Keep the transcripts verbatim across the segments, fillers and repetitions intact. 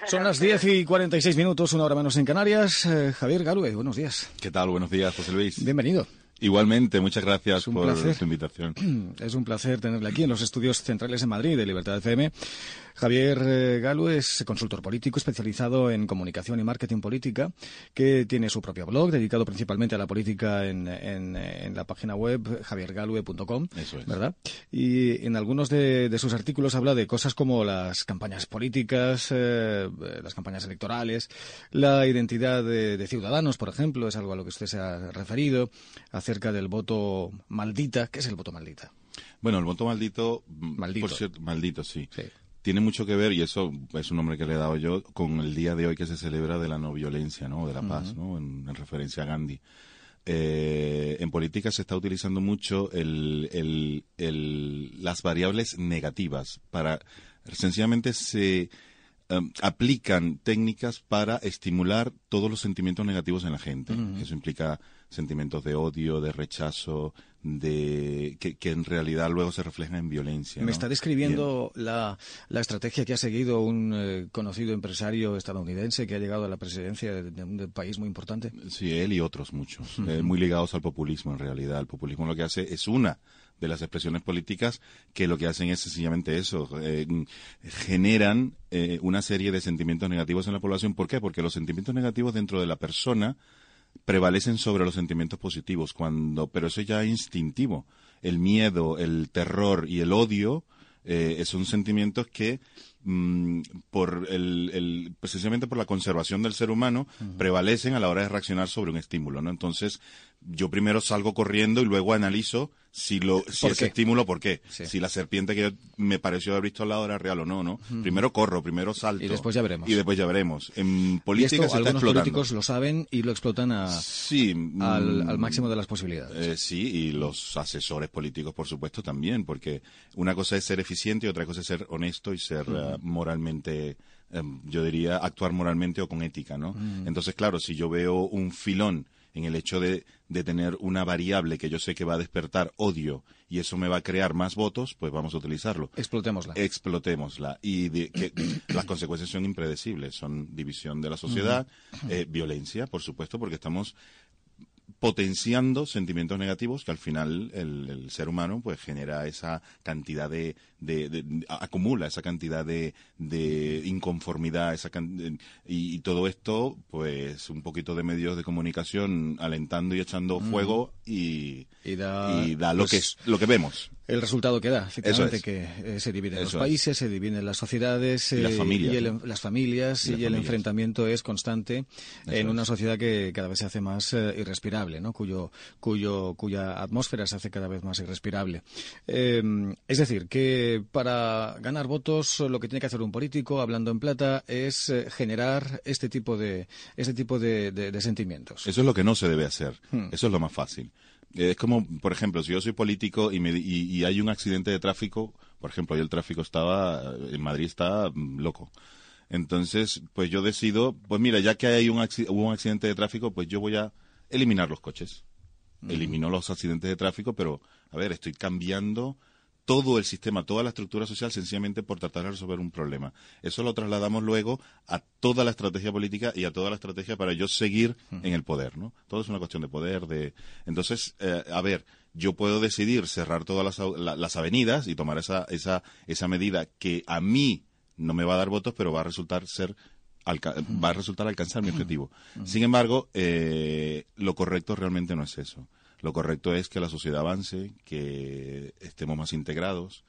Son las diez y cuarenta y seis minutos, una hora menos en Canarias. Eh, Javier Galue, buenos días. ¿Qué tal? Buenos días, José Luis. Bienvenido. Igualmente, muchas gracias por placer. tu invitación. Es un placer tenerle aquí en los estudios centrales en Madrid de Libertad F M. Javier eh, Galue es consultor político especializado en comunicación y marketing política, que tiene su propio blog dedicado principalmente a la política en, en, en la página web javier galue punto com. Eso es. ¿Verdad? Y en algunos de, de sus artículos habla de cosas como las campañas políticas, eh, las campañas electorales, la identidad de, de ciudadanos, por ejemplo, es algo a lo que usted se ha referido, acerca del voto maldita. ¿Qué es el voto maldita? Bueno, el voto maldito, Maldito. por cierto, maldito, sí. Sí. Tiene mucho que ver, y eso es un nombre que le he dado yo, con el día de hoy que se celebra de la no violencia, ¿no? De la paz, ¿no? En, en referencia a Gandhi. Eh, en política se está utilizando mucho el, el, el, las variables negativas para, sencillamente se um, aplican técnicas para estimular todos los sentimientos negativos en la gente. Uh-huh. Eso implica sentimientos de odio, de rechazo, de que, que en realidad luego se reflejan en violencia. Me ¿no? está describiendo la, la estrategia que ha seguido un eh, conocido empresario estadounidense que ha llegado a la presidencia de, de un de país muy importante. Sí, él y otros muchos, Uh-huh. eh, muy ligados al populismo en realidad. El populismo lo que hace es una de las expresiones políticas que lo que hacen es sencillamente eso, eh, generan eh, una serie de sentimientos negativos en la población. ¿Por qué? Porque los sentimientos negativos dentro de la persona prevalecen sobre los sentimientos positivos, cuando, pero eso ya es instintivo. El miedo, el terror y el odio eh, son sentimientos que mmm, por el, el, precisamente por la conservación del ser humano, uh-huh. prevalecen a la hora de reaccionar sobre un estímulo, ¿no? Entonces, yo primero salgo corriendo y luego analizo si lo si ese estímulo, ¿por qué? Sí. Si la serpiente que me pareció haber visto al lado era real o no, ¿no? Uh-huh. Primero corro, primero salto. Y después ya veremos. Y después ya veremos. En política y esto, se está algunos explotando. políticos lo saben y lo explotan a, sí, al, al máximo de las posibilidades. Eh, sí, y los asesores políticos, por supuesto, también, porque una cosa es ser eficiente y otra cosa es ser honesto y ser uh-huh. uh, moralmente, um, yo diría, actuar moralmente o con ética, ¿no? Uh-huh. Entonces, claro, si yo veo un filón en el hecho de, de tener una variable que yo sé que va a despertar odio y eso me va a crear más votos, pues vamos a utilizarlo. Explotémosla. Explotémosla. Y de, que, las consecuencias son impredecibles. Son división de la sociedad, uh-huh. eh, violencia, por supuesto, porque estamos potenciando sentimientos negativos que al final el, el ser humano pues genera esa cantidad de, de, de, de acumula esa cantidad de, de inconformidad esa can, y, y todo esto pues un poquito de medios de comunicación alentando y echando mm. fuego y, y da, y da lo pues, que lo que vemos. El resultado que da, efectivamente, es. que eh, se dividen Eso los países, es. se dividen las sociedades y las eh, familias, y, el, ¿no? las familias, y, y, las y el familias. enfrentamiento es constante Eso en una es. sociedad que cada vez se hace más eh, irrespirable, ¿no? Cuyo, cuyo, cuya atmósfera se hace cada vez más irrespirable. Eh, es decir, que para ganar votos lo que tiene que hacer un político, hablando en plata, es eh, generar este tipo de este tipo de, de, de sentimientos. Eso es lo que no se debe hacer. Hmm. Eso es lo más fácil. Es como, por ejemplo, si yo soy político y, me, y, y hay un accidente de tráfico, por ejemplo, hoy el tráfico estaba, en Madrid está loco. Entonces, pues yo decido, pues mira, ya que hay un, hubo un accidente de tráfico, pues yo voy a eliminar los coches. Uh-huh. Elimino los accidentes de tráfico, pero, a ver, estoy cambiando todo el sistema, toda la estructura social, sencillamente por tratar de resolver un problema. Eso lo trasladamos luego a toda la estrategia política y a toda la estrategia para yo seguir uh-huh. en el poder, ¿no? Todo es una cuestión de poder, de... Entonces, eh, a ver, yo puedo decidir cerrar todas las, la, las avenidas y tomar esa, esa, esa medida que a mí no me va a dar votos, pero va a resultar ser... Alca- uh-huh. va a resultar alcanzar mi objetivo. Uh-huh. Sin embargo, eh, lo correcto realmente no es eso. Lo correcto es que la sociedad avance, que estemos más integrados,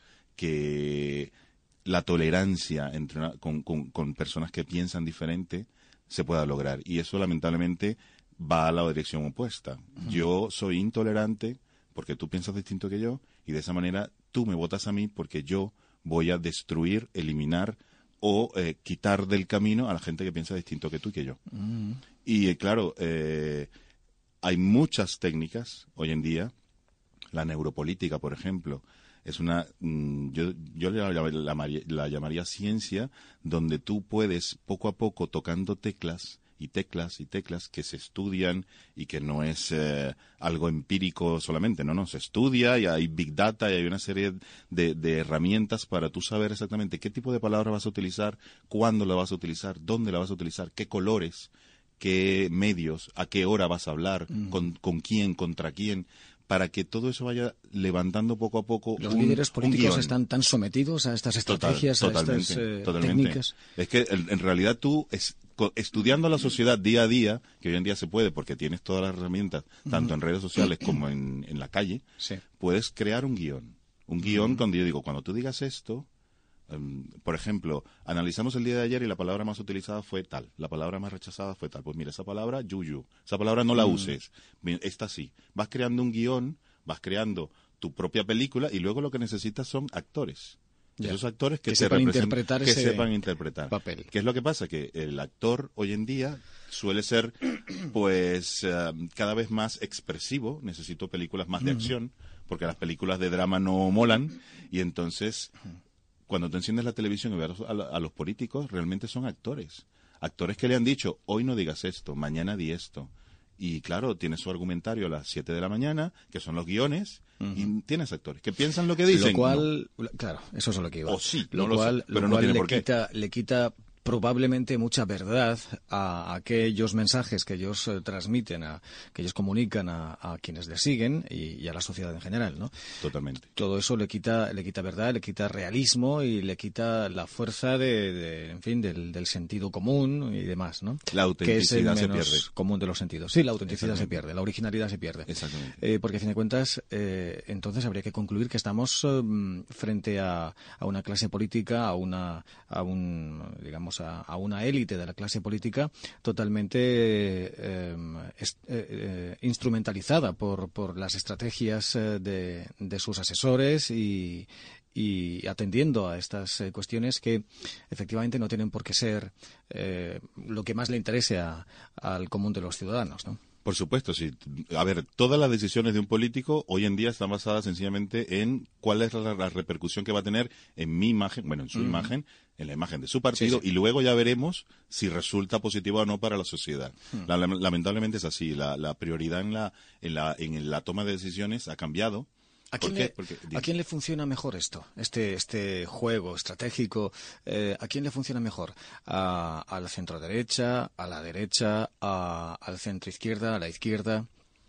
que la tolerancia entre una, con, con, con personas que piensan diferente se pueda lograr. Y eso, lamentablemente, va a la dirección opuesta. Uh-huh. Yo soy intolerante porque tú piensas distinto que yo y de esa manera tú me votas a mí porque yo voy a destruir, eliminar o eh, quitar del camino a la gente que piensa distinto que tú y que yo. Uh-huh. Y, eh, claro... Eh, Hay muchas técnicas hoy en día, la neuropolítica, por ejemplo, es una, mmm, yo, yo la, la, la, la llamaría ciencia, donde tú puedes poco a poco, tocando teclas y y teclas y teclas que se estudian y que no es eh, algo empírico solamente, no, no, se estudia y hay big data y hay una serie de, de herramientas para tú saber exactamente qué tipo de palabra vas a utilizar, cuándo la vas a utilizar, dónde la vas a utilizar, qué colores, qué medios, a qué hora vas a hablar, mm. con, con quién, contra quién, para que todo eso vaya levantando poco a poco. Los un, líderes políticos están tan sometidos a estas estrategias, Total, a estas eh, totalmente. técnicas. Es que en, en realidad tú, es, estudiando la sociedad día a día, que hoy en día se puede porque tienes todas las herramientas, tanto uh-huh. en redes sociales como en, en la calle, sí. puedes crear un guión. Un guión uh-huh. donde yo digo, cuando tú digas esto, um, por ejemplo, analizamos el día de ayer y la palabra más utilizada fue tal, la palabra más rechazada fue tal. Pues mira, esa palabra, yuyu, esa palabra no la uh-huh. uses, esta sí. Vas creando un guión, vas creando tu propia película y luego lo que necesitas son actores. Ya. Esos actores que, que te sepan interpretar que ese sepan interpretar papel. ¿Qué es lo que pasa? Que el actor hoy en día suele ser pues uh, cada vez más expresivo. Necesito películas más de uh-huh. acción, porque las películas de drama no molan, y entonces cuando te enciendes la televisión y ves a, a los políticos, realmente son actores. Actores que le han dicho, hoy no digas esto, mañana di esto. Y claro, tiene su argumentario a las siete de la mañana, que son los guiones, uh-huh. y tienes actores que piensan lo que dicen. Lo cual, no. Claro, eso es lo que iba. O sí, lo no cual, lo sé, pero lo no cual tiene le por qué. Quita, le quita probablemente mucha verdad a, a aquellos mensajes que ellos eh, transmiten, a, que ellos comunican a, a quienes les siguen y, y a la sociedad en general, ¿no? Totalmente. Todo eso le quita, le quita verdad, le quita realismo y le quita la fuerza de, de en fin, del, del sentido común y demás, ¿no? La autenticidad que es el menos se pierde. común de los sentidos. Sí, la autenticidad se pierde, la originalidad se pierde. Exactamente. Eh, porque a fin de cuentas, eh, entonces habría que concluir que estamos eh, frente a, a una clase política, a una, a un, digamos, a, a una élite de la clase política totalmente eh, est, eh, instrumentalizada por, por las estrategias eh, de, de sus asesores y, y atendiendo a estas eh, cuestiones que efectivamente no tienen por qué ser eh, lo que más le interese a, al común de los ciudadanos, ¿no? Por supuesto, sí. A ver, todas las decisiones de un político hoy en día están basadas sencillamente en cuál es la, la repercusión que va a tener en mi imagen, bueno, en su uh-huh. imagen, en la imagen de su partido, sí, sí. y luego ya veremos si resulta positivo o no para la sociedad. Uh-huh. La, lamentablemente es así. La, la prioridad en la, en la, en la toma de decisiones ha cambiado. ¿A quién, le, Porque, ¿A quién le funciona mejor esto, este, este juego estratégico? Eh, ¿A quién le funciona mejor? ¿A, a la centro-derecha, a la derecha, a, al centro-izquierda, a la izquierda?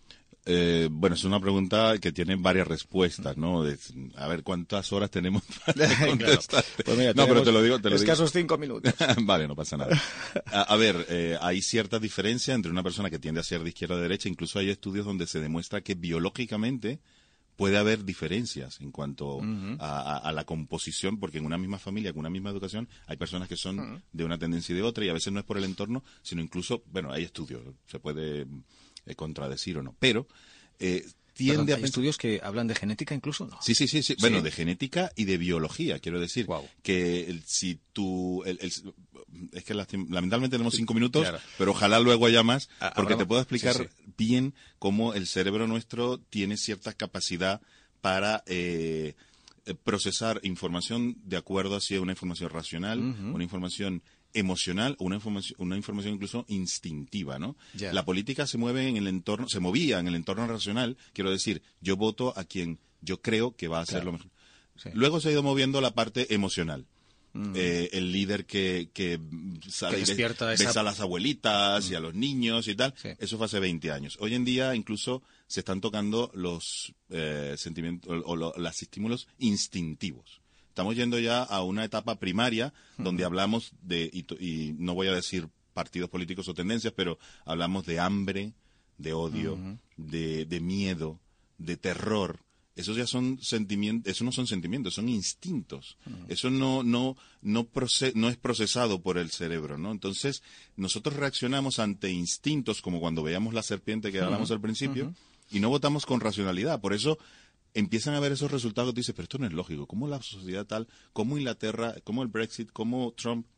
Eh, bueno, es una pregunta que tiene varias respuestas, ¿no? De, a ver, ¿cuántas horas tenemos para contestar? Claro. Pues mira, no, pero te lo digo, te lo escasos digo. cinco minutos. Vale, no pasa nada. A, a ver, eh, hay cierta diferencia entre una persona que tiende a ser de izquierda a derecha. Incluso hay estudios donde se demuestra que biológicamente puede haber diferencias en cuanto uh-huh. a, a, a la composición, porque en una misma familia, con una misma educación, hay personas que son uh-huh. de una tendencia y de otra, y a veces no es por el entorno, sino incluso, bueno, hay estudios, se puede eh, contradecir o no, pero eh, tiende Perdón, a... ¿hay estudios que hablan de genética incluso? No. Sí, sí, sí, sí, sí, bueno, de genética y de biología, quiero decir, wow. que el, si tú... El, el, es que lamentablemente tenemos cinco minutos, claro. pero ojalá luego haya más, porque Habrá... te puedo explicar sí, sí. bien cómo el cerebro nuestro tiene cierta capacidad para eh, procesar información de acuerdo hacia una información racional, uh-huh. una información emocional o una información, una información incluso instintiva, ¿no? Yeah. La política se mueve en el entorno, se movía en el entorno racional, quiero decir, yo voto a quien yo creo que va a hacer claro. lo mejor. Sí. Luego se ha ido moviendo la parte emocional. Mm. Eh, el líder que, que sale que despierta y esa... besa a las abuelitas mm. y a los niños y tal, sí. eso fue hace veinte años. Hoy en día incluso se están tocando los eh, sentimientos o, o lo, los estímulos instintivos. Estamos yendo ya a una etapa primaria mm. donde hablamos de, y, y no voy a decir partidos políticos o tendencias, pero hablamos de hambre, de odio, mm-hmm. de, de miedo, de terror. Esos ya son sentimientos, eso no son sentimientos, son instintos. Uh-huh. Eso no no no, proce- no es procesado por el cerebro, ¿no? Entonces, nosotros reaccionamos ante instintos, como cuando veíamos la serpiente que uh-huh. hablamos al principio, uh-huh. y no votamos con racionalidad. Por eso empiezan a ver esos resultados y dices, pero esto no es lógico. ¿Cómo la sociedad tal, cómo Inglaterra, cómo el Brexit, cómo Trump?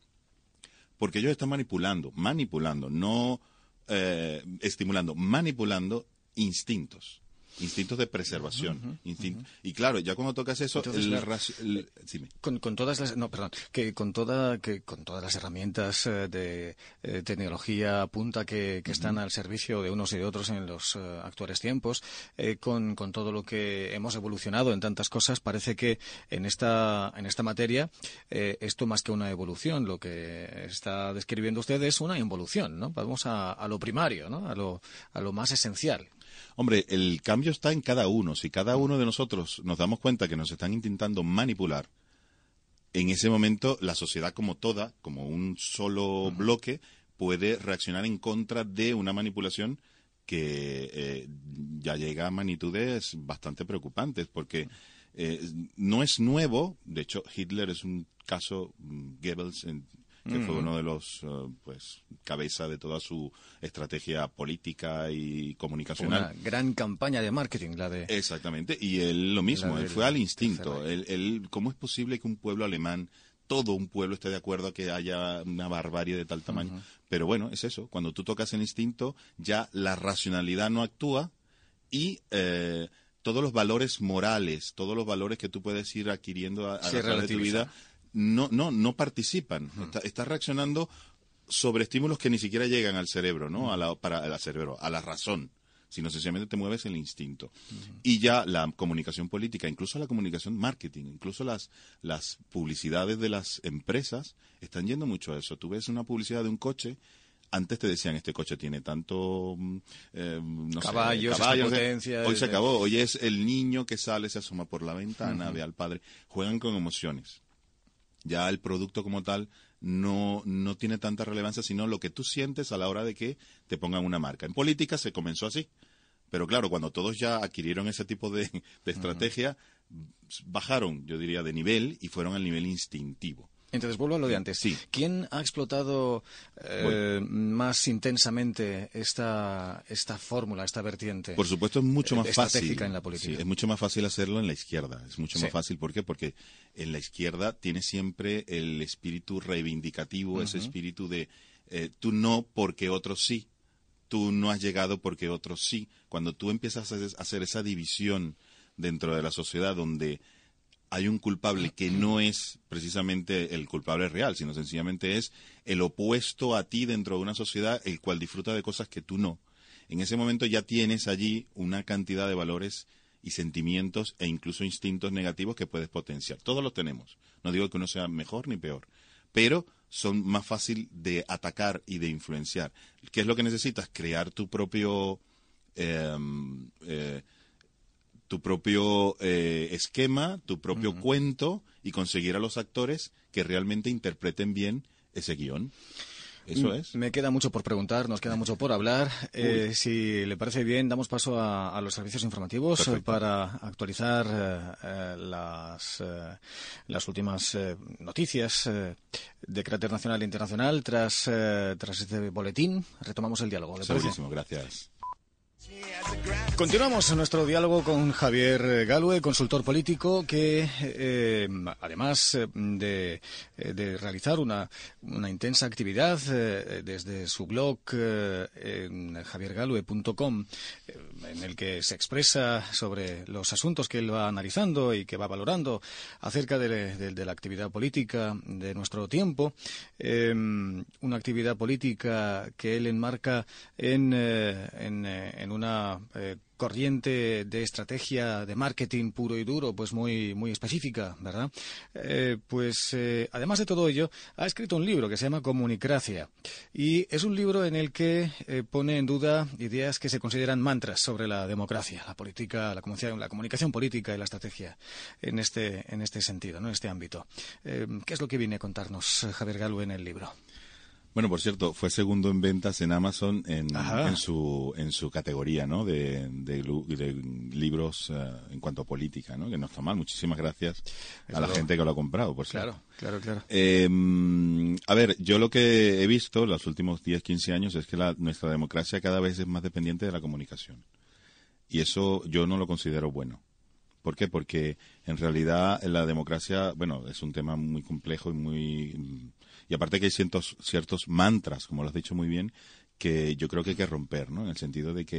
Porque ellos están manipulando, manipulando, no eh, estimulando, manipulando instintos. instintos de preservación. Uh-huh, instinto, uh-huh. Y claro, ya cuando tocas eso, Entonces, el, claro, raci- el, sí, con, con todas las, no, perdón, que con toda, que con todas las herramientas eh, de eh, tecnología punta que, que uh-huh. están al servicio de unos y de otros en los eh, actuales tiempos, eh, con, con todo lo que hemos evolucionado en tantas cosas, parece que en esta, en esta materia eh, esto más que una evolución, lo que está describiendo usted es una involución, ¿no? Vamos a, a lo primario, ¿no? A lo, a lo más esencial. Hombre, el cambio está en cada uno. Si cada uno de nosotros nos damos cuenta que nos están intentando manipular, en ese momento la sociedad como toda, como un solo uh-huh. bloque, puede reaccionar en contra de una manipulación que eh, ya llega a magnitudes bastante preocupantes, porque eh, no es nuevo. De hecho, Hitler es un caso, Goebbels, en, que mm. fue uno de los, uh, pues, cabeza de toda su estrategia política y comunicacional. Una gran campaña de marketing, la de... Exactamente, y él lo mismo, él fue al instinto. Él, él, ¿cómo es posible que un pueblo alemán, todo un pueblo esté de acuerdo a que haya una barbarie de tal tamaño? Uh-huh. Pero bueno, es eso, cuando tú tocas el instinto, ya la racionalidad no actúa y... Eh, todos los valores morales, todos los valores que tú puedes ir adquiriendo a, a lo largo de tu vida, no, no, no participan. Uh-huh. Está, está reaccionando sobre estímulos que ni siquiera llegan al cerebro, ¿no? Uh-huh. A la, para, al cerebro, a la razón, sino sencillamente te mueves el instinto. Uh-huh. Y ya la comunicación política, incluso la comunicación marketing, incluso las, las publicidades de las empresas están yendo mucho a eso. Tú ves una publicidad de un coche. Antes te decían, este coche tiene tanto, eh, no caballos, sé, caballos potencia. Hoy se acabó. Hoy es el niño que sale, se asoma por la ventana, uh-huh. ve al padre. Juegan con emociones. Ya el producto como tal no, no tiene tanta relevancia, sino lo que tú sientes a la hora de que te pongan una marca. En política se comenzó así. Pero claro, cuando todos ya adquirieron ese tipo de, de estrategia, uh-huh. bajaron, yo diría, de nivel y fueron al nivel instintivo. Entonces, vuelvo a lo de antes. Sí. ¿Quién ha explotado eh, más intensamente esta, esta fórmula, esta vertiente? Por supuesto, es mucho más estratégica fácil. En la política. Sí, es mucho más fácil hacerlo en la izquierda. Es mucho sí. más fácil. ¿Por qué? Porque en la izquierda tiene siempre el espíritu reivindicativo, uh-huh. ese espíritu de eh, tú no porque otros sí. Tú no has llegado porque otros sí. Cuando tú empiezas a hacer esa división dentro de la sociedad donde hay un culpable que no es precisamente el culpable real, sino sencillamente es el opuesto a ti dentro de una sociedad, el cual disfruta de cosas que tú no. En ese momento ya tienes allí una cantidad de valores y sentimientos e incluso instintos negativos que puedes potenciar. Todos los tenemos. No digo que uno sea mejor ni peor, pero son más fácil de atacar y de influenciar. ¿Qué es lo que necesitas? Crear tu propio... Eh, eh, tu propio eh, esquema, tu propio uh-huh. cuento y conseguir a los actores que realmente interpreten bien ese guión. Eso es. Me queda mucho por preguntar, nos queda mucho por hablar. Eh, si le parece bien, damos paso a, a los servicios informativos. Perfecto. Para actualizar eh, las, eh, las últimas eh, noticias eh, de carácter nacional e internacional. Tras, eh, tras este boletín, retomamos el diálogo. Segurísimo, gracias. Continuamos nuestro diálogo con Javier Galue, consultor político, que eh, además de, de realizar una, una intensa actividad eh, desde su blog eh, en javier galue punto com, eh, en el que se expresa sobre los asuntos que él va analizando y que va valorando acerca de, de, de la actividad política de nuestro tiempo, eh, una actividad política que él enmarca en, eh, en, en una eh, corriente de estrategia de marketing puro y duro, pues muy muy específica, ¿verdad? Eh, pues eh, además de todo ello, ha escrito un libro que se llama Comunicracia, y es un libro en el que eh, pone en duda ideas que se consideran mantras sobre la democracia, la política, la comunicación, la comunicación política y la estrategia en este en este sentido, ¿no? En este ámbito. Eh, ¿Qué es lo que viene a contarnos Javier Galue en el libro? Bueno, por cierto, fue segundo en ventas en Amazon en, en su en su categoría, ¿no? De, de, de libros uh, en cuanto a política, ¿no? Que no está mal. Muchísimas gracias Eso a la lo... gente que lo ha comprado, por cierto. Claro, claro, claro. Eh, a ver, yo lo que he visto los últimos diez, quince años es que la, nuestra democracia cada vez es más dependiente de la comunicación. Y eso yo no lo considero bueno. ¿Por qué? Porque en realidad la democracia, bueno, es un tema muy complejo y muy... Y aparte que hay ciertos, ciertos mantras, como lo has dicho muy bien, que yo creo que hay que romper, ¿no? En el sentido de que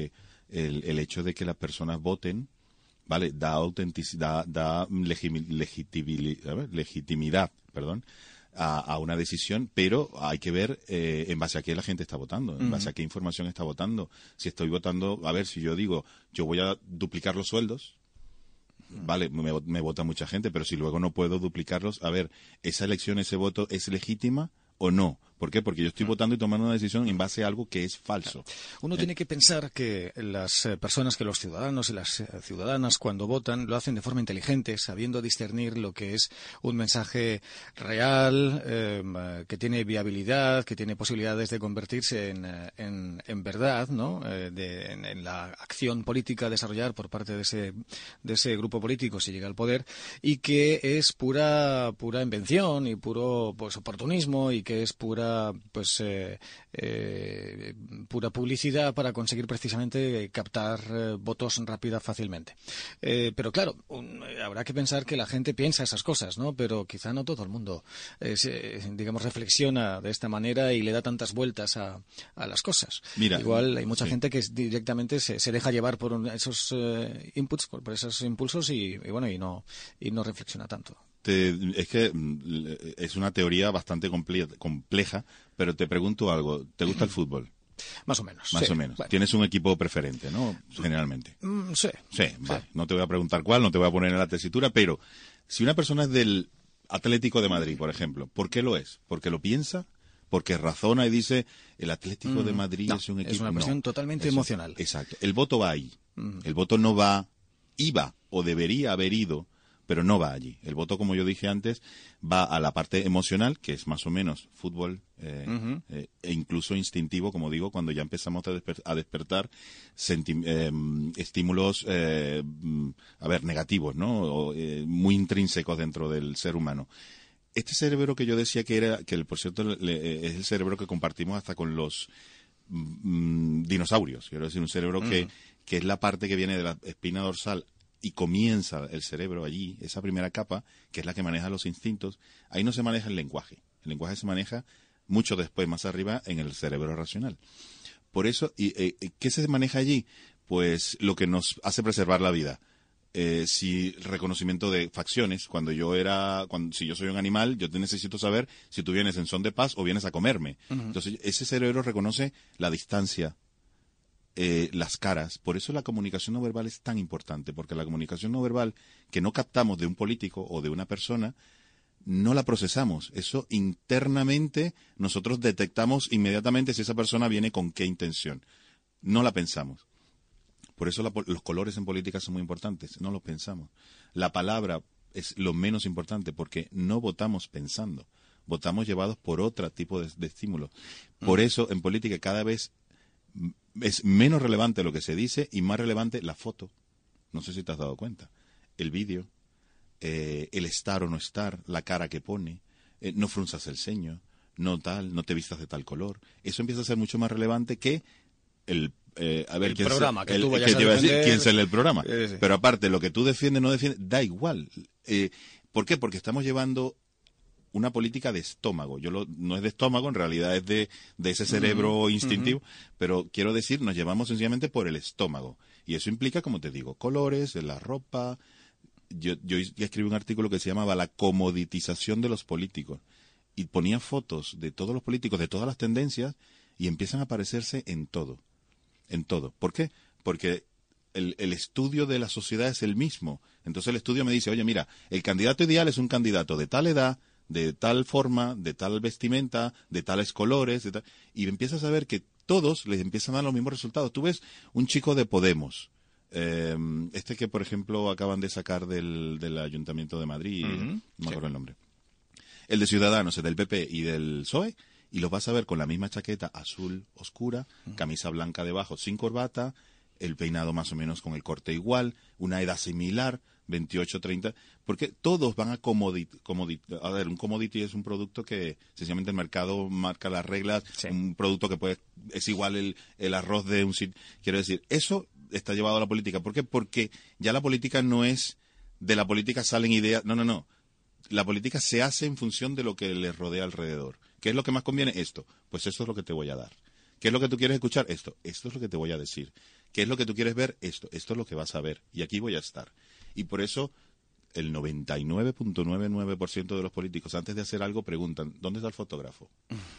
el, el hecho de que las personas voten, ¿vale? Da autenticidad, da legimi- legitibili- a ver, legitimidad, perdón, a, a una decisión, pero hay que ver eh, en base a qué la gente está votando, en base a qué información está votando. Si estoy votando, a ver, si yo digo, yo voy a duplicar los sueldos, vale, me, me vota mucha gente, pero si luego no puedo duplicarlos, a ver, ¿esa elección, ese voto es legítima o no? ¿Por qué? Porque yo estoy votando y tomando una decisión en base a algo que es falso. Uno ¿Eh? tiene que pensar que las eh, personas, que los ciudadanos y las eh, ciudadanas cuando votan lo hacen de forma inteligente, sabiendo discernir lo que es un mensaje real, eh, que tiene viabilidad, que tiene posibilidades de convertirse en, eh, en, en verdad, ¿no? Eh, de, en, en la acción política a desarrollar por parte de ese, de ese grupo político si llega al poder, y que es pura, pura invención y puro pues, oportunismo, y que es pura pues eh, eh, pura publicidad para conseguir precisamente captar eh, votos rápida fácilmente. Eh, pero claro, un, habrá que pensar que la gente piensa esas cosas, ¿no? Pero quizá no todo el mundo eh, se, digamos reflexiona de esta manera y le da tantas vueltas a, a las cosas. Mira, igual hay mucha sí. gente que directamente se, se deja llevar por un, esos eh, inputs, por, por esos impulsos y, y bueno y no y no reflexiona tanto. Te, es que es una teoría bastante comple- compleja, pero te pregunto algo. ¿Te gusta el fútbol? Más o menos. Más sí. o menos. Bueno. Tienes un equipo preferente, ¿no? Generalmente. Mm, sí. Sí, vale. No te voy a preguntar cuál, no te voy a poner en la tesitura, pero si una persona es del Atlético de Madrid, por ejemplo, ¿por qué lo es? ¿Porque lo piensa? ¿Porque razona y dice el Atlético mm, de Madrid no, es un equipo? Es una cuestión no, totalmente eso, emocional. Exacto. El voto va ahí. Mm. El voto no va, iba o debería haber ido, pero no va allí. El voto, como yo dije antes, va a la parte emocional, que es más o menos fútbol, eh, uh-huh. eh, e incluso instintivo, como digo, cuando ya empezamos a, desper- a despertar senti- eh, estímulos, eh, a ver, negativos, ¿no? O, eh, muy intrínsecos dentro del ser humano. Este cerebro que yo decía que era, que por cierto le, es el cerebro que compartimos hasta con los mm, dinosaurios, quiero decir, un cerebro uh-huh. que, que es la parte que viene de la espina dorsal y comienza el cerebro allí, esa primera capa, que es la que maneja los instintos. Ahí no se maneja el lenguaje. El lenguaje se maneja mucho después, más arriba, en el cerebro racional. Por eso, y, eh, ¿qué se maneja allí? Pues lo que nos hace preservar la vida. Eh, si reconocimiento de facciones, cuando yo era, cuando, si yo soy un animal, yo te necesito saber si tú vienes en son de paz o vienes a comerme. Uh-huh. Entonces, ese cerebro reconoce la distancia, Eh, las caras. Por eso la comunicación no verbal es tan importante, porque la comunicación no verbal que no captamos de un político o de una persona, no la procesamos. Eso internamente nosotros detectamos inmediatamente si esa persona viene con qué intención. No la pensamos. Por eso la, los colores en política son muy importantes. No los pensamos. La palabra es lo menos importante porque no votamos pensando. Votamos llevados por otro tipo de, de estímulos. Por mm. eso en política cada vez es menos relevante lo que se dice y más relevante la foto. No sé si te has dado cuenta. El vídeo, eh, el estar o no estar, la cara que pone, eh, no frunzas el ceño, no tal, no te vistas de tal color. Eso empieza a ser mucho más relevante que el eh, a ver, el programa se, que el, tú vayas que te iba a decir, quién sale el programa. Sí, sí. Pero aparte, lo que tú defiendes, no defiendes, da igual. Eh, ¿Por qué? Porque estamos llevando una política de estómago. Yo lo, no es de estómago, en realidad es de, de ese cerebro uh-huh, instintivo, uh-huh. pero quiero decir, nos llevamos sencillamente por el estómago. Y eso implica, como te digo, colores, la ropa. Yo, yo escribí un artículo que se llamaba La comoditización de los políticos. Y ponía fotos de todos los políticos, de todas las tendencias, y empiezan a aparecerse en todo. En todo. ¿Por qué? Porque el, el estudio de la sociedad es el mismo. Entonces el estudio me dice, oye, mira, el candidato ideal es un candidato de tal edad, de tal forma, de tal vestimenta, de tales colores, de tal, y empiezas a ver que todos les empiezan a dar los mismos resultados. Tú ves un chico de Podemos, eh, este que, por ejemplo, acaban de sacar del, del Ayuntamiento de Madrid, uh-huh. no me acuerdo sí. el nombre, el de Ciudadanos, el del P P y del P S O E, y los vas a ver con la misma chaqueta azul oscura, uh-huh. camisa blanca debajo, sin corbata, el peinado más o menos con el corte igual, una edad similar, veintiocho, treinta, porque todos van a commodity, commodity. A ver, un commodity es un producto que sencillamente el mercado marca las reglas, sí. un producto que puede, es igual el, el arroz de un sitio. Quiero decir, eso está llevado a la política. ¿Por qué? Porque ya la política no es, de la política salen ideas, no, no, no. La política se hace en función de lo que le rodea alrededor. ¿Qué es lo que más conviene? Esto. Pues eso es lo que te voy a dar. ¿Qué es lo que tú quieres escuchar? Esto. Esto es lo que te voy a decir. ¿Qué es lo que tú quieres ver? Esto, esto es lo que vas a ver. Y aquí voy a estar. Y por eso el noventa y nueve punto noventa y nueve por ciento de los políticos, antes de hacer algo, preguntan, ¿dónde está el fotógrafo?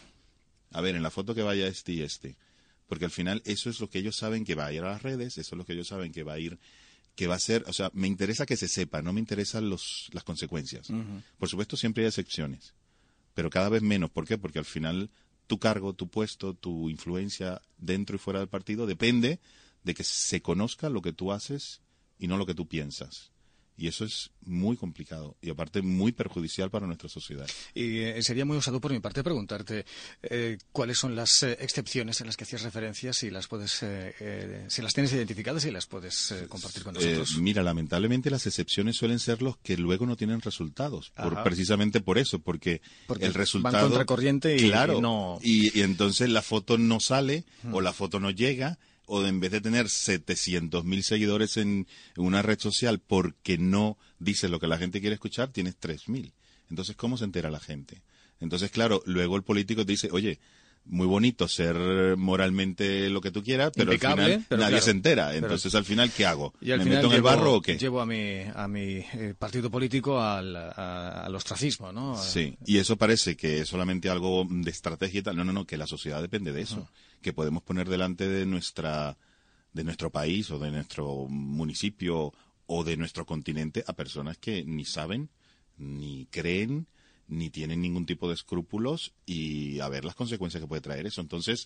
A ver, en la foto que vaya este y este. Porque al final eso es lo que ellos saben que va a ir a las redes, eso es lo que ellos saben que va a ir, que va a ser, o sea, me interesa que se sepa, no me interesan los, las consecuencias. Uh-huh. Por supuesto, siempre hay excepciones, pero cada vez menos. ¿Por qué? Porque al final tu cargo, tu puesto, tu influencia dentro y fuera del partido depende de que se conozca lo que tú haces y no lo que tú piensas. Y eso es muy complicado y aparte muy perjudicial para nuestra sociedad. Y eh, sería muy osado por mi parte preguntarte eh, cuáles son las eh, excepciones en las que hacías referencia, si las puedes, eh, eh, si las tienes identificadas y las puedes eh, compartir con nosotros. Eh, mira, lamentablemente las excepciones suelen ser los que luego no tienen resultados, por, precisamente por eso, porque, porque el resultado van contracorriente y, claro, y no y, y entonces la foto no sale hmm. o la foto no llega. O en vez de tener setecientos mil seguidores en una red social porque no dice lo que la gente quiere escuchar, tienes tres mil. Entonces, ¿cómo se entera la gente? Entonces, claro, luego el político te dice, oye, muy bonito ser moralmente lo que tú quieras, pero Impecable, al final pero nadie claro, se entera. Entonces, pero, al final, ¿qué hago? ¿Me meto en el llevo, barro o qué? Llevo a mi, a mi eh, partido político al, a, al ostracismo, ¿no? Sí, y eso parece que es solamente algo de estrategia y tal. No, no, no, que la sociedad depende de eso. Uh-huh. Que podemos poner delante de nuestra de nuestro país o de nuestro municipio o de nuestro continente a personas que ni saben, ni creen, ni tienen ningún tipo de escrúpulos y a ver las consecuencias que puede traer eso. Entonces,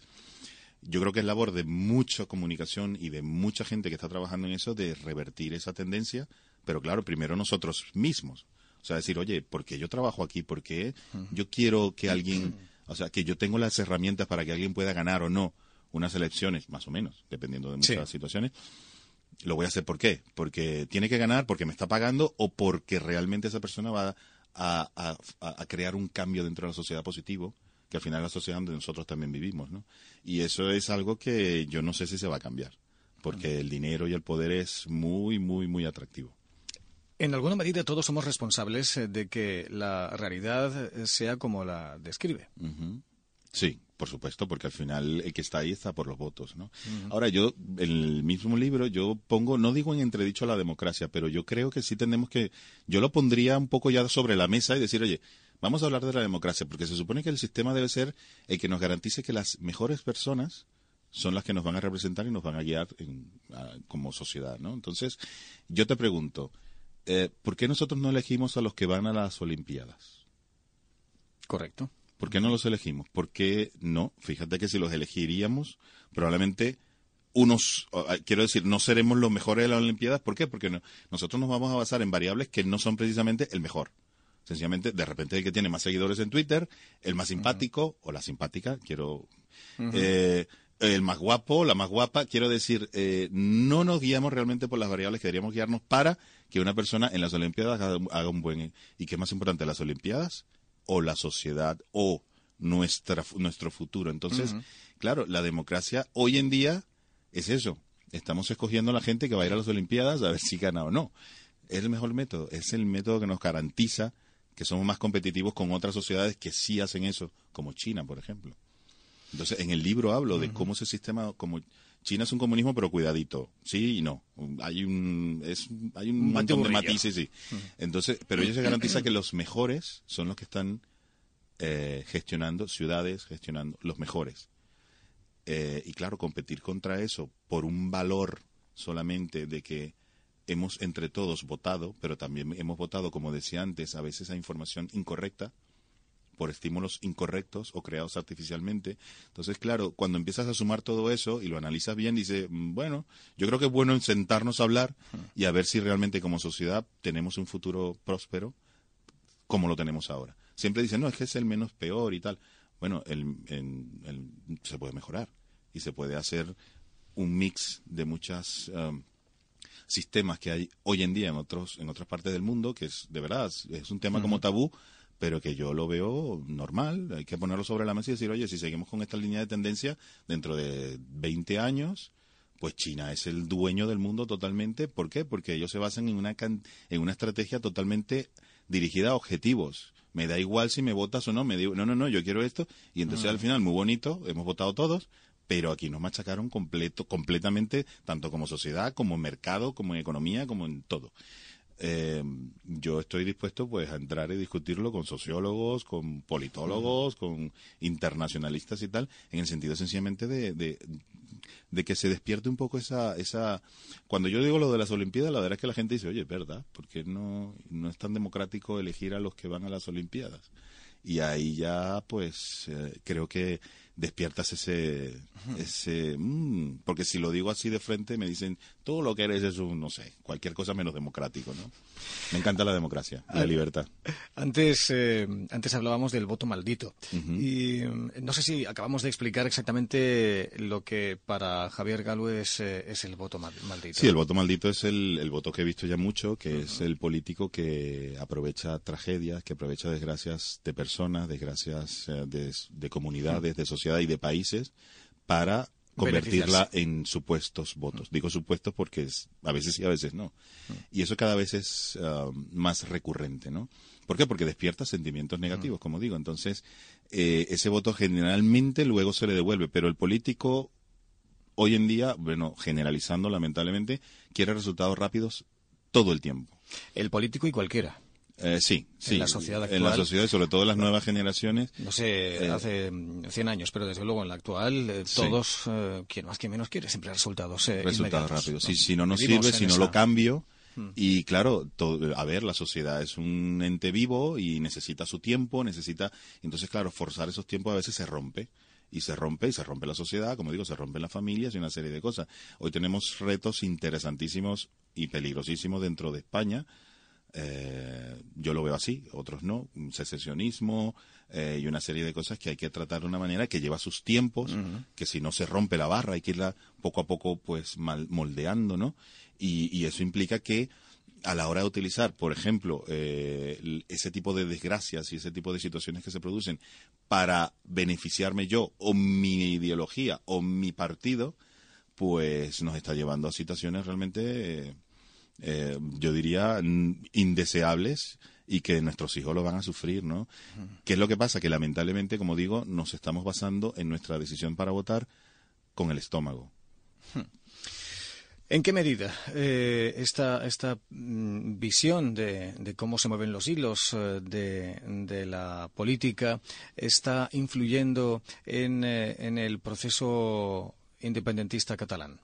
yo creo que es labor de mucha comunicación y de mucha gente que está trabajando en eso de revertir esa tendencia, pero claro, primero nosotros mismos. O sea, decir, oye, ¿por qué yo trabajo aquí? ¿Por qué yo quiero que alguien, o sea, que yo tengo las herramientas para que alguien pueda ganar o no unas elecciones, más o menos, dependiendo de muchas sí. situaciones? Lo voy a hacer, ¿por qué? Porque tiene que ganar, porque me está pagando o porque realmente esa persona va a, a, a crear un cambio dentro de la sociedad positivo, que al final es la sociedad donde nosotros también vivimos, ¿no? Y eso es algo que yo no sé si se va a cambiar, porque el dinero y el poder es muy, muy, muy atractivo. En alguna medida todos somos responsables de que la realidad sea como la describe. Uh-huh. Sí, por supuesto, porque al final el que está ahí está por los votos, ¿no? Uh-huh. Ahora, yo, en el mismo libro, yo pongo, no digo en entredicho a la democracia, pero yo creo que sí tenemos que, yo lo pondría un poco ya sobre la mesa y decir, oye, vamos a hablar de la democracia, porque se supone que el sistema debe ser el que nos garantice que las mejores personas son las que nos van a representar y nos van a guiar en, a, como sociedad, ¿no? Entonces, yo te pregunto, eh, ¿por qué nosotros no elegimos a los que van a las Olimpiadas? Correcto. ¿Por qué no los elegimos? ¿Por qué no? Fíjate que si los elegiríamos, probablemente unos, quiero decir, no seremos los mejores de las Olimpiadas. ¿Por qué? Porque no, nosotros nos vamos a basar en variables que no son precisamente el mejor. Sencillamente, de repente el que tiene más seguidores en Twitter, el más simpático, uh-huh. o la simpática, quiero... Uh-huh. eh, el más guapo, la más guapa, quiero decir, eh, no nos guiamos realmente por las variables que deberíamos guiarnos para que una persona en las Olimpiadas haga, haga un buen... ¿Y qué es más importante, las Olimpiadas o la sociedad o nuestra nuestro futuro? Entonces, uh-huh. claro, la democracia hoy en día es eso. Estamos escogiendo a la gente que va a ir a las Olimpiadas a ver si gana o no. Es el mejor método, es el método que nos garantiza que somos más competitivos con otras sociedades que sí hacen eso, como China, por ejemplo. Entonces, en el libro hablo de cómo ese sistema, como China es un comunismo, pero cuidadito, sí y no. Hay un es hay un, un montón de matices, sí. Uh-huh. Entonces, pero ellos se garantiza que los mejores son los que están eh, gestionando ciudades, gestionando los mejores. Eh, y claro, competir contra eso por un valor solamente de que hemos entre todos votado, pero también hemos votado, como decía antes, a veces a información incorrecta, por estímulos incorrectos o creados artificialmente. Entonces, claro, cuando empiezas a sumar todo eso y lo analizas bien, dices, bueno, yo creo que es bueno en sentarnos a hablar y a ver si realmente como sociedad tenemos un futuro próspero como lo tenemos ahora. Siempre dicen, no, es que es el menos peor y tal. Bueno, el, el, el, se puede mejorar y se puede hacer un mix de muchas... Um, sistemas que hay hoy en día en otros en otras partes del mundo, que es de verdad es un tema uh-huh. como tabú, pero que yo lo veo normal. Hay que ponerlo sobre la mesa y decir, oye, si seguimos con esta línea de tendencia, dentro de veinte años, pues China es el dueño del mundo totalmente. ¿Por qué? Porque ellos se basan en una can- en una estrategia totalmente dirigida a objetivos. Me da igual si me votas o no, me digo, no, no, no, yo quiero esto, y entonces uh-huh. al final, muy bonito, hemos votado todos, pero aquí nos machacaron completo, completamente, tanto como sociedad, como en mercado, como en economía, como en todo. Eh, yo estoy dispuesto pues a entrar y discutirlo con sociólogos, con politólogos, uh-huh. con internacionalistas y tal, en el sentido sencillamente de, de, de que se despierte un poco esa, esa... Cuando yo digo lo de las Olimpiadas, la verdad es que la gente dice, oye, ¿verdad? Porque no, no es tan democrático elegir a los que van a las Olimpiadas. Y ahí ya, pues, eh, creo que despiertas ese, ese, mmm, porque si lo digo así de frente me dicen, todo lo que eres es un, no sé, cualquier cosa menos democrático, ¿no? Me encanta la democracia, la libertad. Antes, eh, antes hablábamos del voto maldito. Uh-huh. Y no sé si acabamos de explicar exactamente lo que para Javier Galue es, eh, es el voto mal, maldito. Sí, el voto maldito es el, el voto que he visto ya mucho, que uh-huh. es el político que aprovecha tragedias, que aprovecha desgracias de personas, desgracias eh, de, de comunidades, uh-huh. de sociedades y de países para convertirla en supuestos votos. Digo supuestos porque es, a veces sí, a veces no. Y eso cada vez es uh, más recurrente, ¿no? ¿Por qué? Porque despierta sentimientos negativos, como digo. Entonces, eh, ese voto generalmente luego se le devuelve, pero el político hoy en día, bueno, generalizando lamentablemente, quiere resultados rápidos todo el tiempo. El político y cualquiera. Eh, sí, sí. En la sociedad actual. En la sociedad, sobre todo las nuevas generaciones. No sé, eh, hace cien años, pero desde luego en la actual, eh, todos, sí. eh, quien más, quien menos quiere, siempre resultados eh, Resultados rápidos. ¿no? Si, si no nos Vivimos sirve, si no esa... lo cambio. Hmm. Y claro, todo, a ver, la sociedad es un ente vivo y necesita su tiempo, necesita. Entonces, claro, forzar esos tiempos a veces se rompe. Y se rompe, y se rompe la sociedad, como digo, se rompen las familias y una serie de cosas. Hoy tenemos retos interesantísimos y peligrosísimos dentro de España. Eh, yo lo veo así, otros no, un secesionismo eh, y una serie de cosas que hay que tratar de una manera que lleva sus tiempos, uh-huh. que si no se rompe la barra hay que irla poco a poco pues mal, moldeando, ¿no? Y, y eso implica que a la hora de utilizar, por ejemplo, eh, ese tipo de desgracias y ese tipo de situaciones que se producen para beneficiarme yo o mi ideología o mi partido, pues nos está llevando a situaciones realmente... Eh, Eh, yo diría indeseables y que nuestros hijos lo van a sufrir, ¿no? Uh-huh. ¿Qué es lo que pasa? Que lamentablemente, como digo, nos estamos basando en nuestra decisión para votar con el estómago. Uh-huh. ¿En qué medida eh, esta, esta mm, visión de, de cómo se mueven los hilos eh, de, de la política está influyendo en, eh, en el proceso independentista catalán?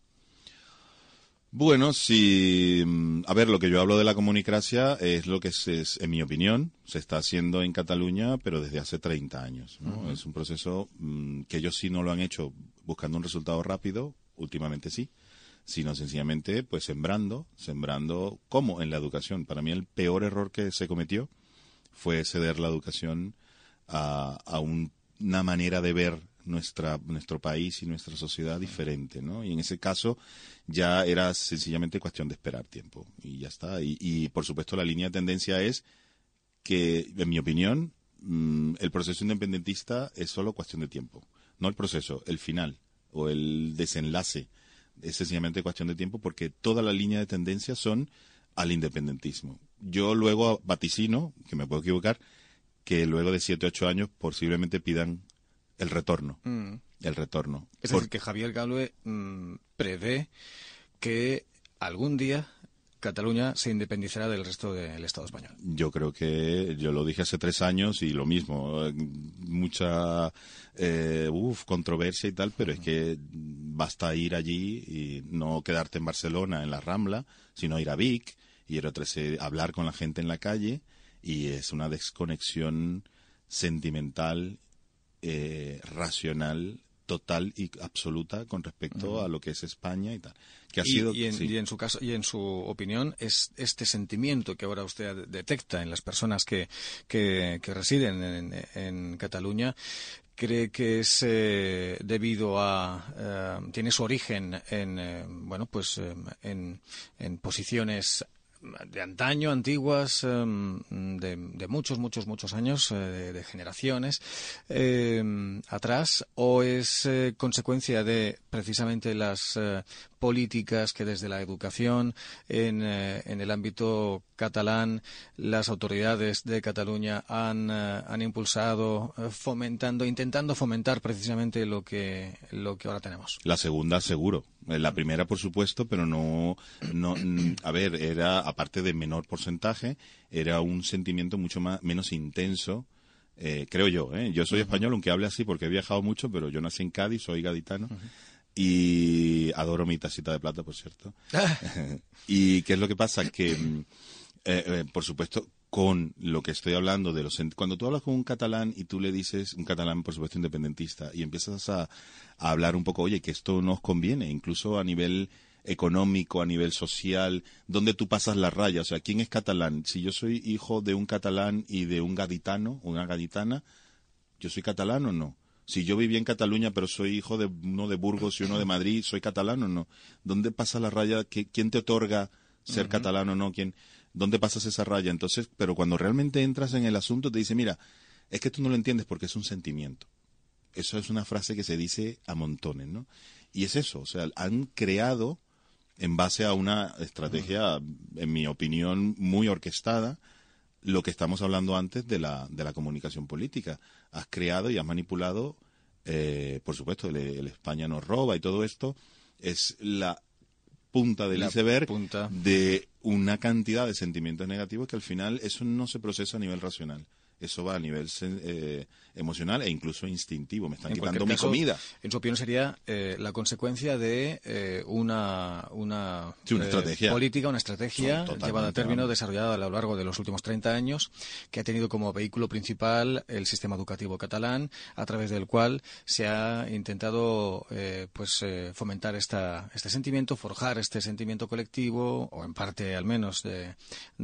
Bueno, si, a ver, lo que yo hablo de la comunicracia es lo que, se, es, en mi opinión, se está haciendo en Cataluña, pero desde hace treinta años, ¿no? Uh-huh. Es un proceso mmm, que ellos sí no lo han hecho buscando un resultado rápido, últimamente sí, sino sencillamente pues sembrando, sembrando, como en la educación. Para mí el peor error que se cometió fue ceder la educación a, a un, una manera de ver nuestra nuestro país y nuestra sociedad diferente, ¿no? Y en ese caso ya era sencillamente cuestión de esperar tiempo y ya está. Y, y por supuesto la línea de tendencia es que, en mi opinión, mmm, el proceso independentista es solo cuestión de tiempo. No el proceso, el final o el desenlace es sencillamente cuestión de tiempo porque toda la línea de tendencia son al independentismo. Yo luego vaticino, que me puedo equivocar, que luego de siete o ocho años posiblemente pidan el retorno, mm. el retorno. Es Por... decir, que Javier Galue mmm, prevé que algún día Cataluña se independizará del resto del Estado español. Yo creo que, yo lo dije hace tres años y lo mismo, mucha eh, uf, controversia y tal, pero uh-huh. es que basta ir allí y no quedarte en Barcelona, en la Rambla, sino ir a Vic y ir a hablar con la gente en la calle y es una desconexión sentimental Eh, racional, total y absoluta con respecto uh-huh. a lo que es España y tal. Que ha y, sido, y, en, sí. y en su caso y en su opinión es este sentimiento que ahora usted detecta en las personas que que, que residen en, en Cataluña. ¿Cree que es eh, debido a eh, tiene su origen en eh, bueno pues eh, en, en posiciones de antaño, antiguas, um, de, de muchos, muchos, muchos años, eh, de, de generaciones eh, atrás, o es eh, consecuencia de precisamente las eh, políticas que desde la educación en, eh, en el ámbito catalán las autoridades de Cataluña han, eh, han impulsado, eh, fomentando, intentando fomentar precisamente lo que, lo que ahora tenemos? La segunda, seguro. La primera, por supuesto, pero no, no, a ver, era, aparte de menor porcentaje, era un sentimiento mucho más, menos intenso, eh, creo yo, ¿eh? Yo soy uh-huh. español, aunque hable así porque he viajado mucho, pero yo nací en Cádiz, soy gaditano, uh-huh. y adoro mi tacita de plata, por cierto. ¿Y qué es lo que pasa? Que, eh, eh, por supuesto, con lo que estoy hablando de los... Cuando tú hablas con un catalán y tú le dices, un catalán, por supuesto, independentista, y empiezas a, a hablar un poco, oye, que esto nos conviene, incluso a nivel económico, a nivel social, ¿dónde tú pasas la raya? O sea, ¿quién es catalán? Si yo soy hijo de un catalán y de un gaditano, una gaditana, ¿yo soy catalán o no? Si yo viví en Cataluña, pero soy hijo de uno de Burgos y uno de Madrid, ¿soy catalán o no? ¿Dónde pasa la raya? ¿Quién te otorga ser uh-huh. catalán o no? ¿Quién, ¿Dónde pasas esa raya? Entonces, pero cuando realmente entras en el asunto, te dice, mira, es que tú no lo entiendes porque es un sentimiento. Eso es una frase que se dice a montones, ¿no? Y es eso, o sea, han creado, en base a una estrategia, en mi opinión, muy orquestada, lo que estamos hablando antes de la, de la comunicación política. Has creado y has manipulado, eh, por supuesto, el, el España nos roba y todo esto, es la punta del iceberg de una cantidad de sentimientos negativos que al final eso no se procesa a nivel racional. Eso va a nivel eh, emocional e incluso instintivo. Me están en quitando mi caso, comida. En su opinión sería eh, la consecuencia de eh, una, una, sí, una eh, estrategia política, una estrategia sí, llevada a término, desarrollada a lo largo de los últimos treinta años, que ha tenido como vehículo principal el sistema educativo catalán, a través del cual se ha intentado eh, pues eh, fomentar esta, este sentimiento, forjar este sentimiento colectivo, o en parte al menos de,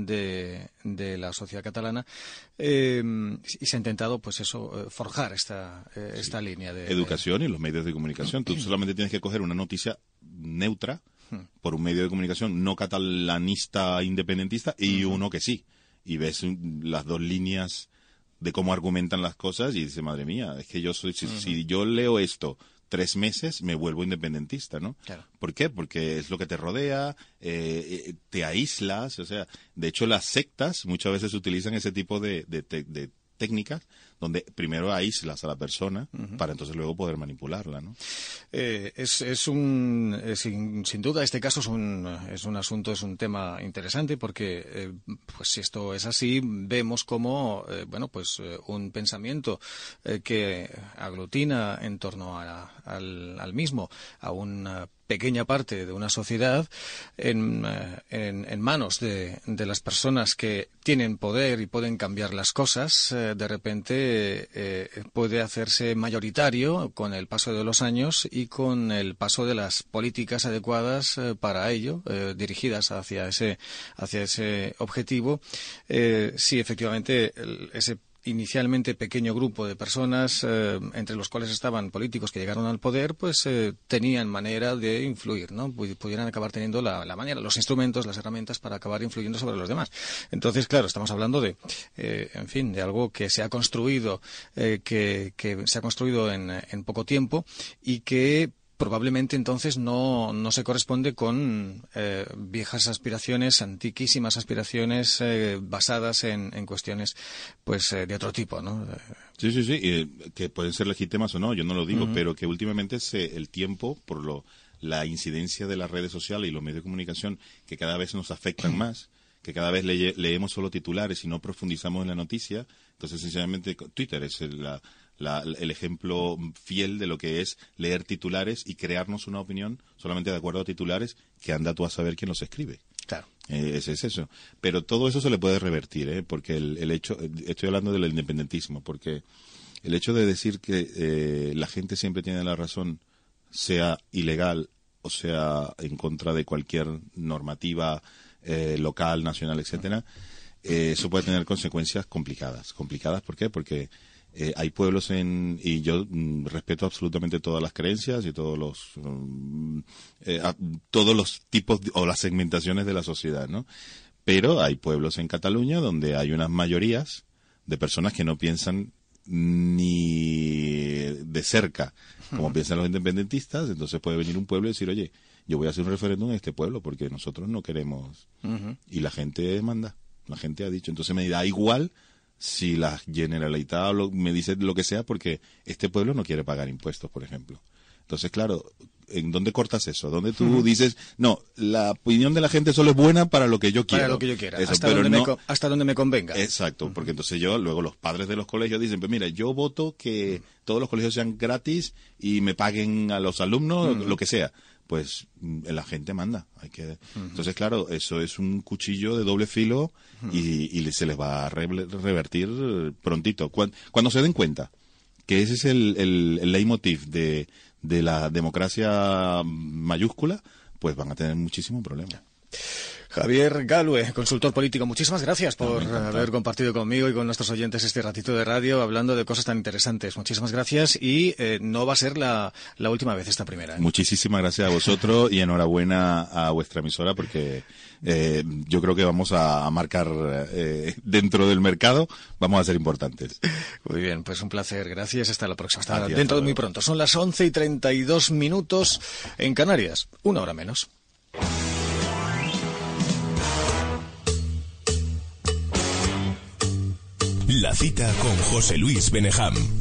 de, de la sociedad catalana, eh, y se ha intentado, pues eso, forjar esta, eh, esta sí. línea de... Educación y los medios de comunicación. Tú solamente tienes que coger una noticia neutra por un medio de comunicación no catalanista independentista y uh-huh. uno que sí. Y ves las dos líneas de cómo argumentan las cosas y dices, madre mía, es que yo soy... Si, uh-huh. si yo leo esto tres meses, me vuelvo independentista, ¿no? Claro. ¿Por qué? Porque es lo que te rodea, eh, te aíslas, o sea, de hecho las sectas muchas veces utilizan ese tipo de, de, de, de técnicas donde primero aíslas a la persona uh-huh. para entonces luego poder manipularla, ¿no? Eh, es, es un eh, sin, sin duda este caso es un es un asunto, es un tema interesante porque eh, pues si esto es así vemos como eh, bueno pues eh, un pensamiento eh, que aglutina en torno a, al, al mismo a una pequeña parte de una sociedad en, en, en manos de, de las personas que tienen poder y pueden cambiar las cosas, eh, de repente eh, puede hacerse mayoritario con el paso de los años y con el paso de las políticas adecuadas eh, para ello, eh, dirigidas hacia ese, hacia ese objetivo. Eh, sí, efectivamente, el, ese inicialmente pequeño grupo de personas, eh, entre los cuales estaban políticos que llegaron al poder, pues eh, tenían manera de influir, ¿no? Pudieran acabar teniendo la, la manera, los instrumentos, las herramientas para acabar influyendo sobre los demás. Entonces, claro, estamos hablando de, eh, en fin, de algo que se ha construido, eh, que, que se ha construido en, en poco tiempo y que probablemente entonces no, no se corresponde con eh, viejas aspiraciones, antiquísimas aspiraciones eh, basadas en, en cuestiones pues eh, de otro tipo, ¿no? Sí, sí, sí, eh, que pueden ser legítimas o no, yo no lo digo, uh-huh. pero que últimamente se, el tiempo, por lo la incidencia de las redes sociales y los medios de comunicación que cada vez nos afectan más, que cada vez le, leemos solo titulares y no profundizamos en la noticia, entonces sencillamente Twitter es el, la, la, el ejemplo fiel de lo que es leer titulares y crearnos una opinión solamente de acuerdo a titulares que anda tú a saber quién los escribe. Claro. Eh, ese es eso. Pero todo eso se le puede revertir, ¿eh? Porque el, el hecho, estoy hablando del independentismo, porque el hecho de decir que eh, la gente siempre tiene la razón, sea ilegal o sea en contra de cualquier normativa eh, local, nacional, etcétera, eh, eso puede tener consecuencias complicadas. ¿Complicadas por qué? Porque eh, hay pueblos en... Y yo mm, respeto absolutamente todas las creencias y todos los mm, eh, a, todos los tipos de, o las segmentaciones de la sociedad, ¿no? Pero hay pueblos en Cataluña donde hay unas mayorías de personas que no piensan ni de cerca como piensan los independentistas, entonces puede venir un pueblo y decir, oye, yo voy a hacer un referéndum en este pueblo porque nosotros no queremos. Uh-huh. Y la gente manda, la gente ha dicho. Entonces me da igual si la Generalitat me dice lo que sea porque este pueblo no quiere pagar impuestos, por ejemplo. Entonces, claro, ¿en dónde cortas eso? ¿Dónde tú uh-huh. dices, no, la opinión de la gente solo es buena para lo que yo quiero? Para lo que yo quiera, eso, hasta, pero donde no... me, hasta donde me convenga. Exacto, uh-huh. porque entonces yo, luego los padres de los colegios dicen, pues mira, yo voto que uh-huh. todos los colegios sean gratis y me paguen a los alumnos, uh-huh. lo que sea. Pues la gente manda. Hay que... Uh-huh. Entonces, claro, eso es un cuchillo de doble filo uh-huh. y, y se les va a re- revertir prontito. Cuando, cuando se den cuenta que ese es el, el, el leitmotiv de, de la democracia mayúscula, pues van a tener muchísimo problema. Javier Galue, consultor político, muchísimas gracias por no, haber compartido conmigo y con nuestros oyentes este ratito de radio hablando de cosas tan interesantes. Muchísimas gracias y eh, no va a ser la, la última vez esta primera. ¿eh? Muchísimas gracias a vosotros y enhorabuena a vuestra emisora porque eh, yo creo que vamos a, a marcar eh, dentro del mercado, vamos a ser importantes. Muy bien, pues un placer. Gracias. Hasta la próxima. Hasta gracias, dentro de muy pronto. Son las once y treinta y dos minutos en Canarias. Una hora menos. La cita con José Luis Benejam.